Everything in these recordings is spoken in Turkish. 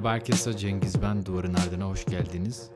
Merhaba herkese, Cengiz ben. Duvarın Ardına hoş geldiniz.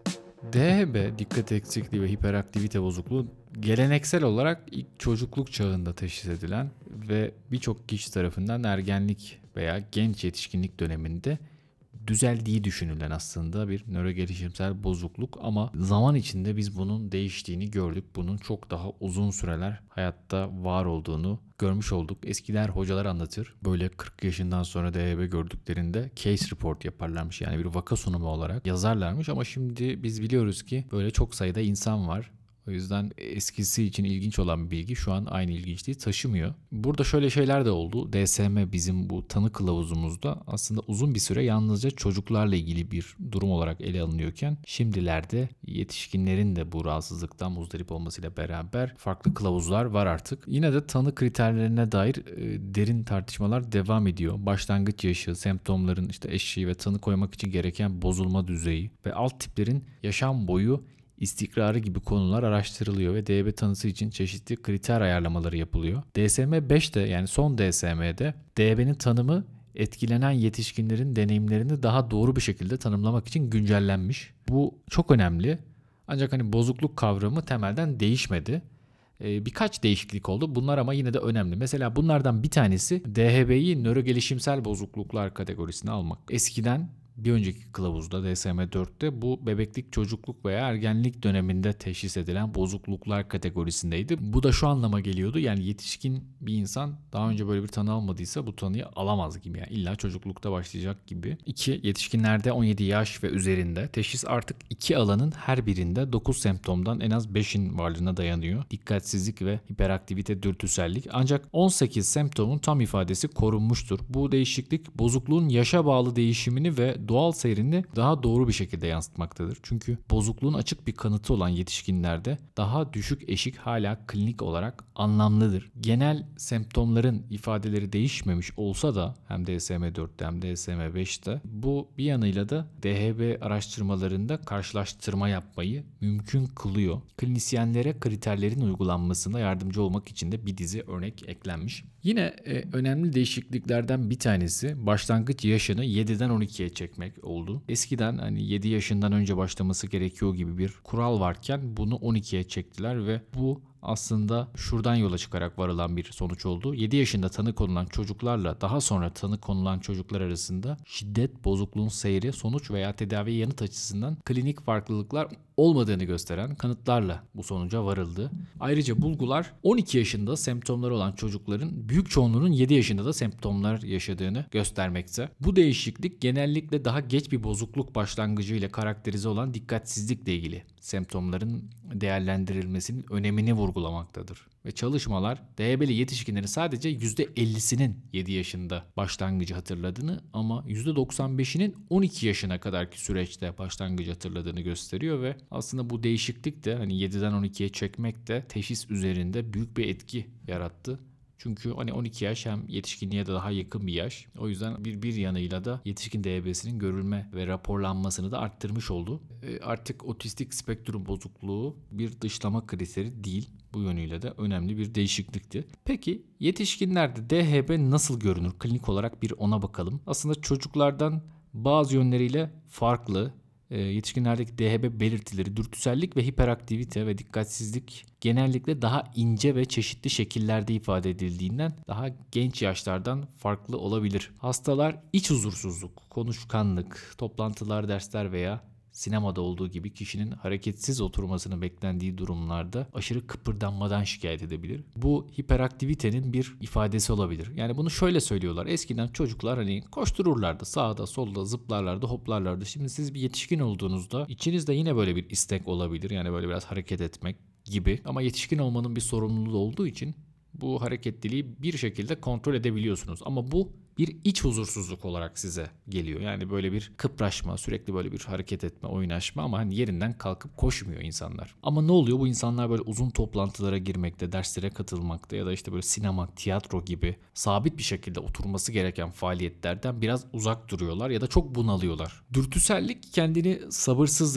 DHB, dikkat eksikliği ve hiperaktivite bozukluğu geleneksel olarak ilk çocukluk çağında teşhis edilen ve birçok kişi tarafından ergenlik veya genç yetişkinlik döneminde düzeldiği düşünülen aslında bir nörogelişimsel bozukluk, ama zaman içinde biz bunun değiştiğini gördük. Bunun çok daha uzun süreler hayatta var olduğunu görmüş olduk. Eskiler hocalar anlatır. Böyle 40 yaşından sonra DHB gördüklerinde case report yaparlarmış. Yani bir vaka sunumu olarak yazarlarmış, ama şimdi biz biliyoruz ki böyle çok sayıda insan var. O yüzden eskisi için ilginç olan bir bilgi şu an aynı ilginçliği taşımıyor. Burada şöyle şeyler de oldu. DSM bizim bu tanı kılavuzumuzda aslında uzun bir süre yalnızca çocuklarla ilgili bir durum olarak ele alınıyorken şimdilerde yetişkinlerin de bu rahatsızlıktan muzdarip olmasıyla beraber farklı kılavuzlar var artık. Yine de tanı kriterlerine dair derin tartışmalar devam ediyor. Başlangıç yaşı, semptomların eşiği ve tanı koymak için gereken bozulma düzeyi ve alt tiplerin yaşam boyu istikrarı gibi konular araştırılıyor ve DHB tanısı için çeşitli kriter ayarlamaları yapılıyor. DSM-5'te, yani son DSM'de DHB'nin tanımı etkilenen yetişkinlerin deneyimlerini daha doğru bir şekilde tanımlamak için güncellenmiş. Bu çok önemli. Ancak bozukluk kavramı temelden değişmedi. Birkaç değişiklik oldu. Bunlar ama yine de önemli. Mesela bunlardan bir tanesi DHB'yi nörogelişimsel bozukluklar kategorisine almak. Eskiden bir önceki kılavuzda DSM-4'te bu bebeklik, çocukluk veya ergenlik döneminde teşhis edilen bozukluklar kategorisindeydi. Bu da şu anlama geliyordu. Yani yetişkin bir insan daha önce böyle bir tanı almadıysa bu tanıyı alamaz gibi. Yani illa çocuklukta başlayacak gibi. 2. Yetişkinlerde 17 yaş ve üzerinde teşhis artık 2 alanın her birinde 9 semptomdan en az 5'in varlığına dayanıyor. Dikkatsizlik ve hiperaktivite, dürtüsellik. Ancak 18 semptomun tam ifadesi korunmuştur. Bu değişiklik bozukluğun yaşa bağlı değişimini ve doğal seyrini daha doğru bir şekilde yansıtmaktadır. Çünkü bozukluğun açık bir kanıtı olan yetişkinlerde daha düşük eşik hala klinik olarak anlamlıdır. Genel semptomların ifadeleri değişmemiş olsa da hem DSM-4'te hem DSM-5'te bu bir yanıyla da DHB araştırmalarında karşılaştırma yapmayı mümkün kılıyor. Klinisyenlere kriterlerin uygulanmasına yardımcı olmak için de bir dizi örnek eklenmiş. Yine önemli değişikliklerden bir tanesi başlangıç yaşını 7'den 12'ye çekmek oldu. Eskiden 7 yaşından önce başlaması gerekiyor gibi bir kural varken bunu 12'ye çektiler ve bu aslında şuradan yola çıkarak varılan bir sonuç oldu. 7 yaşında tanı konulan çocuklarla daha sonra tanı konulan çocuklar arasında şiddet, bozukluğun seyri, sonuç veya tedavi yanıt açısından klinik farklılıklar olmadığını gösteren kanıtlarla bu sonuca varıldı. Ayrıca bulgular 12 yaşında semptomları olan çocukların büyük çoğunluğunun 7 yaşında da semptomlar yaşadığını göstermekte. Bu değişiklik genellikle daha geç bir bozukluk başlangıcı ile karakterize olan dikkatsizlikle ilgili semptomların değerlendirilmesinin önemini vurgulamaktadır. Ve çalışmalar DHB'li yetişkinlerin sadece %50'sinin 7 yaşında başlangıcı hatırladığını ama %95'inin 12 yaşına kadarki süreçte başlangıcı hatırladığını gösteriyor ve aslında bu değişiklik de 7'den 12'ye çekmek de teşhis üzerinde büyük bir etki yarattı. Çünkü 12 yaş hem yetişkinliğe de daha yakın bir yaş. O yüzden bir yanıyla da yetişkin DHB'sinin görülme ve raporlanmasını da arttırmış oldu. Artık otistik spektrum bozukluğu bir dışlama kriteri değil. Bu yönüyle de önemli bir değişiklikti. Peki yetişkinlerde DHB nasıl görünür? Klinik olarak bir ona bakalım. Aslında çocuklardan bazı yönleriyle farklı. Yetişkinlerdeki DHB belirtileri dürtüsellik ve hiperaktivite ve dikkatsizlik genellikle daha ince ve çeşitli şekillerde ifade edildiğinden daha genç yaşlardan farklı olabilir. Hastalar iç huzursuzluk, konuşkanlık, toplantılar, dersler veya sinemada olduğu gibi kişinin hareketsiz oturmasını beklendiği durumlarda aşırı kıpırdanmadan şikayet edebilir. Bu hiperaktivitenin bir ifadesi olabilir. Yani bunu şöyle söylüyorlar. Eskiden çocuklar koştururlardı. Sağda solda zıplarlardı, hoplarlardı. Şimdi siz bir yetişkin olduğunuzda içinizde yine böyle bir istek olabilir. Yani böyle biraz hareket etmek gibi. Ama yetişkin olmanın bir sorumluluğu olduğu için bu hareketliliği bir şekilde kontrol edebiliyorsunuz. Ama bu bir iç huzursuzluk olarak size geliyor. Yani böyle bir kıpraşma, sürekli böyle bir hareket etme, oynaşma ama yerinden kalkıp koşmuyor insanlar. Ama ne oluyor? Bu insanlar böyle uzun toplantılara girmekte, derslere katılmakta ya da böyle sinema, tiyatro gibi sabit bir şekilde oturması gereken faaliyetlerden biraz uzak duruyorlar ya da çok bunalıyorlar. Dürtüsellik kendini sabırsızlık,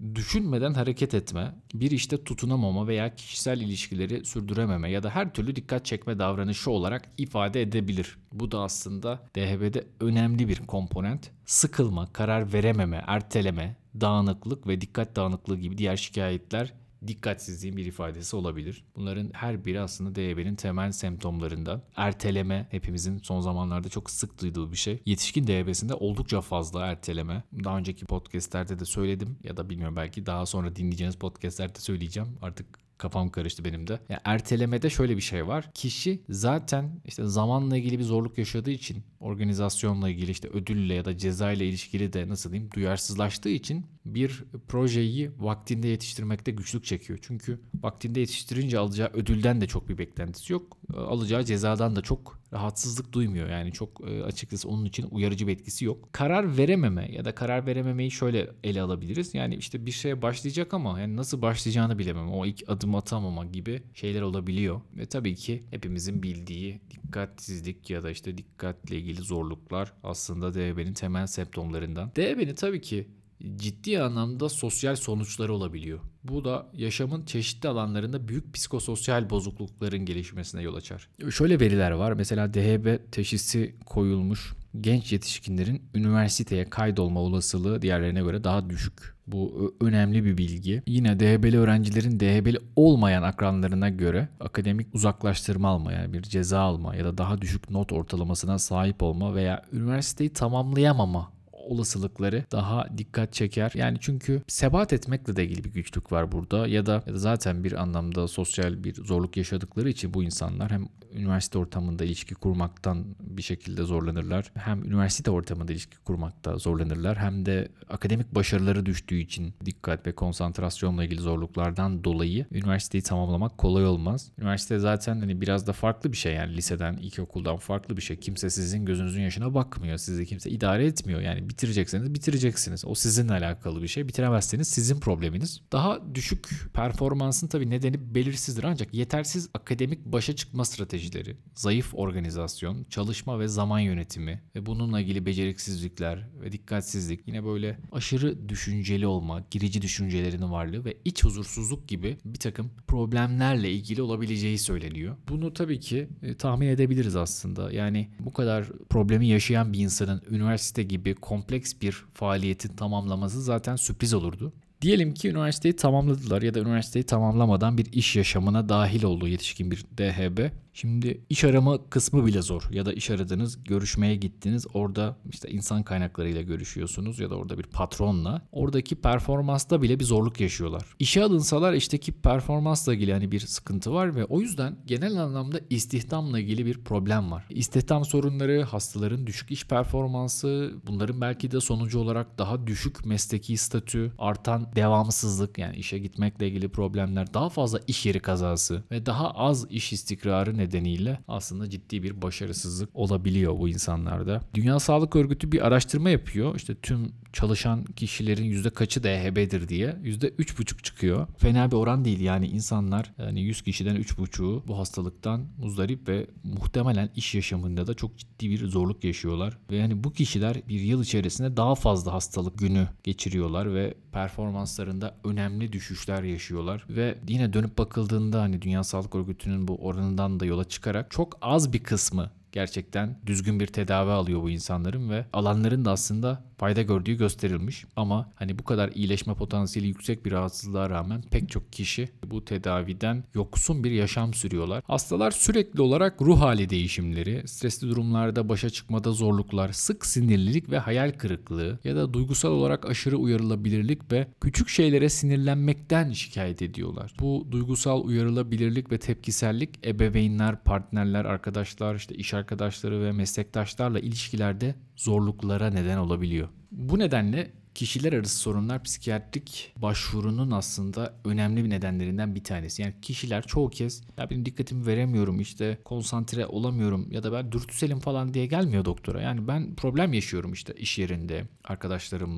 düşünmeden hareket etme, bir işte tutunamama veya kişisel ilişkileri sürdürememe ya da her türlü dikkat çekme davranışı olarak ifade edebilir. Bu da aslında DHB'de önemli bir komponent. Sıkılma, karar verememe, erteleme, dağınıklık ve dikkat dağınıklığı gibi diğer şikayetler dikkatsizliğin bir ifadesi olabilir. Bunların her biri aslında DHB'nin temel semptomlarından. Erteleme hepimizin son zamanlarda çok sık duyduğu bir şey. Yetişkin DHB'sinde oldukça fazla erteleme. Daha önceki podcastlerde de söyledim ya da bilmiyorum, belki daha sonra dinleyeceğiniz podcastlerde söyleyeceğim. Artık kafam karıştı benim de. Yani ertelemede şöyle bir şey var. Kişi zaten işte zamanla ilgili bir zorluk yaşadığı için, organizasyonla ilgili, işte ödülle ya da ceza ile ilişkili de nasıl diyeyim duyarsızlaştığı için bir projeyi vaktinde yetiştirmekte güçlük çekiyor. Çünkü vaktinde yetiştirince alacağı ödülden de çok bir beklentisi yok. Alacağı cezadan da çok rahatsızlık duymuyor. Yani çok açıkçası onun için uyarıcı bir etkisi yok. Karar verememe ya da karar verememeyi şöyle ele alabiliriz. Yani işte bir şeye başlayacak ama yani nasıl başlayacağını bilemem. O ilk adım atamama gibi şeyler olabiliyor. Ve tabii ki hepimizin bildiği dikkatsizlik ya da işte dikkatle ilgili zorluklar aslında DHB'nin temel semptomlarından. DHB'nin tabii ki ciddi anlamda sosyal sonuçları olabiliyor. Bu da yaşamın çeşitli alanlarında büyük psikososyal bozuklukların gelişmesine yol açar. Şöyle veriler var. Mesela DHB teşhisi koyulmuş genç yetişkinlerin üniversiteye kaydolma olasılığı diğerlerine göre daha düşük. Bu önemli bir bilgi. Yine DHB'li öğrencilerin DHB'li olmayan akranlarına göre akademik uzaklaştırma alma, yani bir ceza alma ya da daha düşük not ortalamasına sahip olma veya üniversiteyi tamamlayamama olasılıkları daha dikkat çeker. Yani çünkü sebat etmekle de ilgili bir güçlük var burada ya da zaten bir anlamda sosyal bir zorluk yaşadıkları için bu insanlar hem üniversite ortamında ilişki kurmaktan bir şekilde zorlanırlar. Hem üniversite ortamında ilişki kurmakta zorlanırlar hem de akademik başarıları düştüğü için dikkat ve konsantrasyonla ilgili zorluklardan dolayı üniversiteyi tamamlamak kolay olmaz. Üniversite zaten hani biraz da farklı bir şey, yani liseden, ilkokuldan farklı bir şey. Kimse sizin gözünüzün yaşına bakmıyor. Sizi kimse idare etmiyor. Yani bitirecekseniz bitireceksiniz. O sizinle alakalı bir şey. Bitiremezseniz sizin probleminiz. Daha düşük performansın tabii nedeni belirsizdir, ancak yetersiz akademik başa çıkma stratejileri, zayıf organizasyon, çalışma ve zaman yönetimi ve bununla ilgili beceriksizlikler ve dikkatsizlik, yine böyle aşırı düşünceli olma, girici düşüncelerinin varlığı ve iç huzursuzluk gibi bir takım problemlerle ilgili olabileceği söyleniyor. Bunu tabii ki tahmin edebiliriz aslında. Yani bu kadar problemi yaşayan bir insanın üniversite gibi kompleks bir faaliyetin tamamlaması zaten sürpriz olurdu. Diyelim ki üniversiteyi tamamladılar ya da üniversiteyi tamamlamadan bir iş yaşamına dahil oldu yetişkin bir DHB. Şimdi iş arama kısmı bile zor ya da iş aradınız, görüşmeye gittiniz, orada işte insan kaynaklarıyla görüşüyorsunuz ya da orada bir patronla, oradaki performansta bile bir zorluk yaşıyorlar. İşe alınsalar işteki performansla ilgili hani bir sıkıntı var ve o yüzden genel anlamda istihdamla ilgili bir problem var. İstihdam sorunları, hastaların düşük iş performansı, bunların belki de sonucu olarak daha düşük mesleki statü, artan devamsızlık, yani işe gitmekle ilgili problemler, daha fazla iş yeri kazası ve daha az iş istikrarı nedeniyle aslında ciddi bir başarısızlık olabiliyor bu insanlarda. Dünya Sağlık Örgütü bir araştırma yapıyor. İşte tüm çalışan kişilerin yüzde kaçı DHB'dir diye. %3,5 çıkıyor. Fena bir oran değil, yani insanlar, yani 100 kişiden 3,5'u bu hastalıktan muzdarip ve muhtemelen iş yaşamında da çok ciddi bir zorluk yaşıyorlar. Ve yani bu kişiler bir yıl içerisinde daha fazla hastalık günü geçiriyorlar ve performanslarında önemli düşüşler yaşıyorlar. Ve yine dönüp bakıldığında hani Dünya Sağlık Örgütü'nün bu oranından da yola çıkarak çok az bir kısmı gerçekten düzgün bir tedavi alıyor bu insanların ve alanların da aslında fayda gördüğü gösterilmiş. Ama hani bu kadar iyileşme potansiyeli yüksek bir rahatsızlığa rağmen pek çok kişi bu tedaviden yoksun bir yaşam sürüyorlar. Hastalar sürekli olarak ruh hali değişimleri, stresli durumlarda başa çıkmada zorluklar, sık sinirlilik ve hayal kırıklığı ya da duygusal olarak aşırı uyarılabilirlik ve küçük şeylere sinirlenmekten şikayet ediyorlar. Bu duygusal uyarılabilirlik ve tepkisellik ebeveynler, partnerler, arkadaşlar, işte iş arkadaşları ve meslektaşlarla ilişkilerde zorluklara neden olabiliyor. Bu nedenle kişiler arası sorunlar psikiyatrik başvurunun aslında önemli bir nedenlerinden bir tanesi. Yani kişiler çoğu kez ya benim dikkatimi veremiyorum, işte konsantre olamıyorum ya da ben dürtüselim falan diye gelmiyor doktora. Yani ben problem yaşıyorum işte iş yerinde, arkadaşlarımla,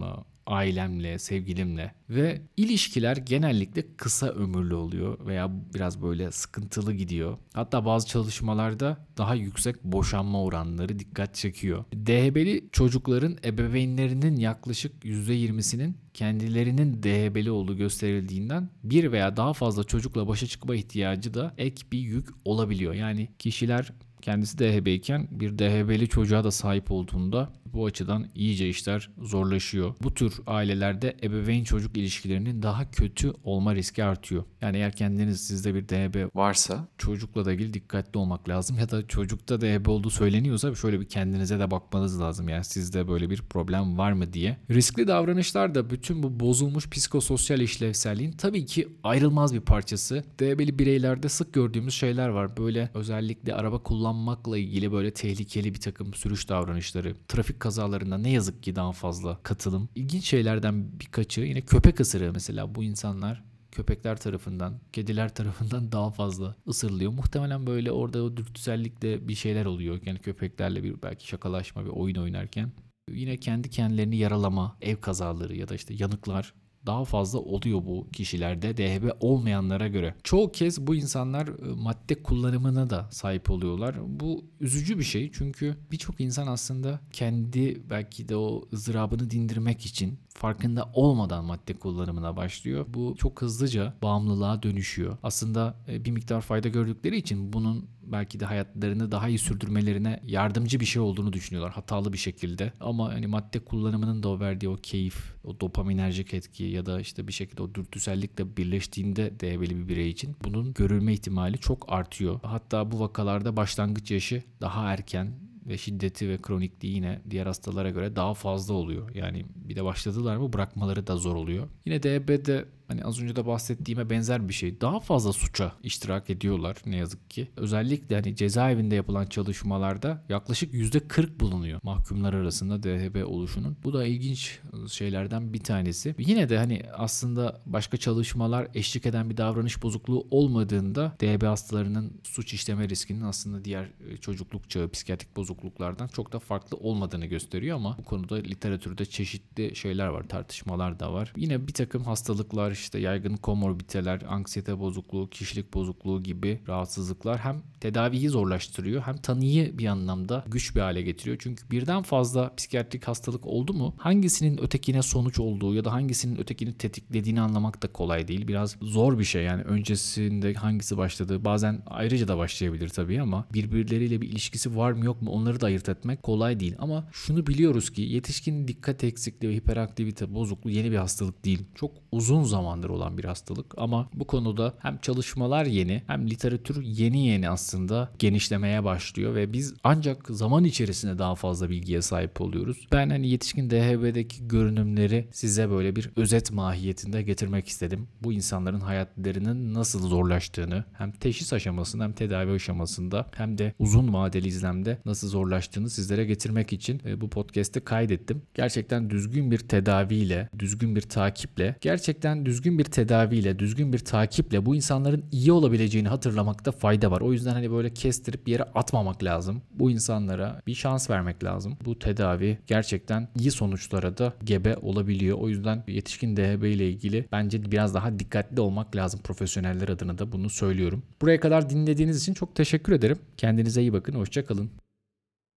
ailemle, sevgilimle ve ilişkiler genellikle kısa ömürlü oluyor veya biraz böyle sıkıntılı gidiyor. Hatta bazı çalışmalarda daha yüksek boşanma oranları dikkat çekiyor. DHB'li çocukların ebeveynlerinin yaklaşık %20'sinin kendilerinin DHB'li olduğu gösterildiğinden bir veya daha fazla çocukla başa çıkma ihtiyacı da ek bir yük olabiliyor. Yani kişiler kendisi DHB iken bir DHB'li çocuğa da sahip olduğunda bu açıdan iyice işler zorlaşıyor. Bu tür ailelerde ebeveyn çocuk ilişkilerinin daha kötü olma riski artıyor. Yani eğer sizde bir DHB varsa çocukla da ilgili dikkatli olmak lazım. Ya da çocukta DHB olduğu söyleniyorsa şöyle bir kendinize de bakmanız lazım. Yani sizde böyle bir problem var mı diye. Riskli davranışlar da bütün bu bozulmuş psikososyal işlevselliğin tabii ki ayrılmaz bir parçası. DHB'li bireylerde sık gördüğümüz şeyler var. Böyle özellikle araba kullanmakla ilgili böyle tehlikeli bir takım sürüş davranışları, trafik kazalarında ne yazık ki daha fazla katılım. İlginç şeylerden birkaçı yine köpek ısırığı mesela. Bu insanlar köpekler tarafından, kediler tarafından daha fazla ısırılıyor. Muhtemelen böyle orada o dürtüsellikle bir şeyler oluyor. Yani köpeklerle bir belki şakalaşma, bir oyun oynarken. Yine kendi kendilerini yaralama, ev kazaları ya da işte yanıklar daha fazla oluyor bu kişilerde DHB olmayanlara göre. Çoğu kez bu insanlar madde kullanımına da sahip oluyorlar. Bu üzücü bir şey çünkü birçok insan aslında kendi belki de o ızdırabını dindirmek için farkında olmadan madde kullanımına başlıyor. Bu çok hızlıca bağımlılığa dönüşüyor. Aslında bir miktar fayda gördükleri için bunun belki de hayatlarını daha iyi sürdürmelerine yardımcı bir şey olduğunu düşünüyorlar hatalı bir şekilde. Ama hani madde kullanımının da o verdiği o keyif, o dopaminerjik etki ya da işte bir şekilde o dürtüsellikle birleştiğinde DHB'li bir birey için bunun görülme ihtimali çok artıyor. Hatta bu vakalarda başlangıç yaşı daha erken ve şiddeti ve kronikliği yine diğer hastalara göre daha fazla oluyor. Yani bir de başladılar mı bırakmaları da zor oluyor. Yine DHB'de hani az önce de bahsettiğime benzer bir şey. Daha fazla suça iştirak ediyorlar ne yazık ki. Özellikle hani cezaevinde yapılan çalışmalarda yaklaşık %40 bulunuyor mahkumlar arasında DHB oluşunun. Bu da ilginç şeylerden bir tanesi. Yine de hani aslında başka çalışmalar eşlik eden bir davranış bozukluğu olmadığında DHB hastalarının suç işleme riskinin aslında diğer çocukluk çağı psikiyatrik bozukluklardan çok da farklı olmadığını gösteriyor ama bu konuda literatürde çeşitli şeyler var, tartışmalar da var. Yine bir takım hastalıklar işte yaygın komorbiditeler, anksiyete bozukluğu, kişilik bozukluğu gibi rahatsızlıklar hem tedaviyi zorlaştırıyor hem tanıyı bir anlamda güç bir hale getiriyor. Çünkü birden fazla psikiyatrik hastalık oldu mu hangisinin ötekine sonuç olduğu ya da hangisinin ötekini tetiklediğini anlamak da kolay değil. Biraz zor bir şey yani öncesinde hangisi başladı bazen ayrıca da başlayabilir tabii ama birbirleriyle bir ilişkisi var mı yok mu onları da ayırt etmek kolay değil. Ama şunu biliyoruz ki yetişkin dikkat eksikliği ve hiperaktivite bozukluğu yeni bir hastalık değil. Çok uzun zamandır olan bir hastalık ama bu konuda hem çalışmalar yeni hem literatür yeni aslında genişlemeye başlıyor ve biz ancak zaman içerisinde daha fazla bilgiye sahip oluyoruz. Ben hani yetişkin DHB'deki görünümleri size böyle bir özet mahiyetinde getirmek istedim. Bu insanların hayatlarının nasıl zorlaştığını hem teşhis aşamasında hem tedavi aşamasında hem de uzun vadeli izlemde nasıl zorlaştığını sizlere getirmek için bu podcast'i kaydettim. Gerçekten düzgün bir tedaviyle, düzgün bir takiple, düzgün bir takiple bu insanların iyi olabileceğini hatırlamakta fayda var. O yüzden hani böyle kestirip yere atmamak lazım. Bu insanlara bir şans vermek lazım. Bu tedavi gerçekten iyi sonuçlara da gebe olabiliyor. O yüzden yetişkin DHB ile ilgili bence biraz daha dikkatli olmak lazım. Profesyoneller adına da bunu söylüyorum. Buraya kadar dinlediğiniz için çok teşekkür ederim. Kendinize iyi bakın. Hoşça kalın.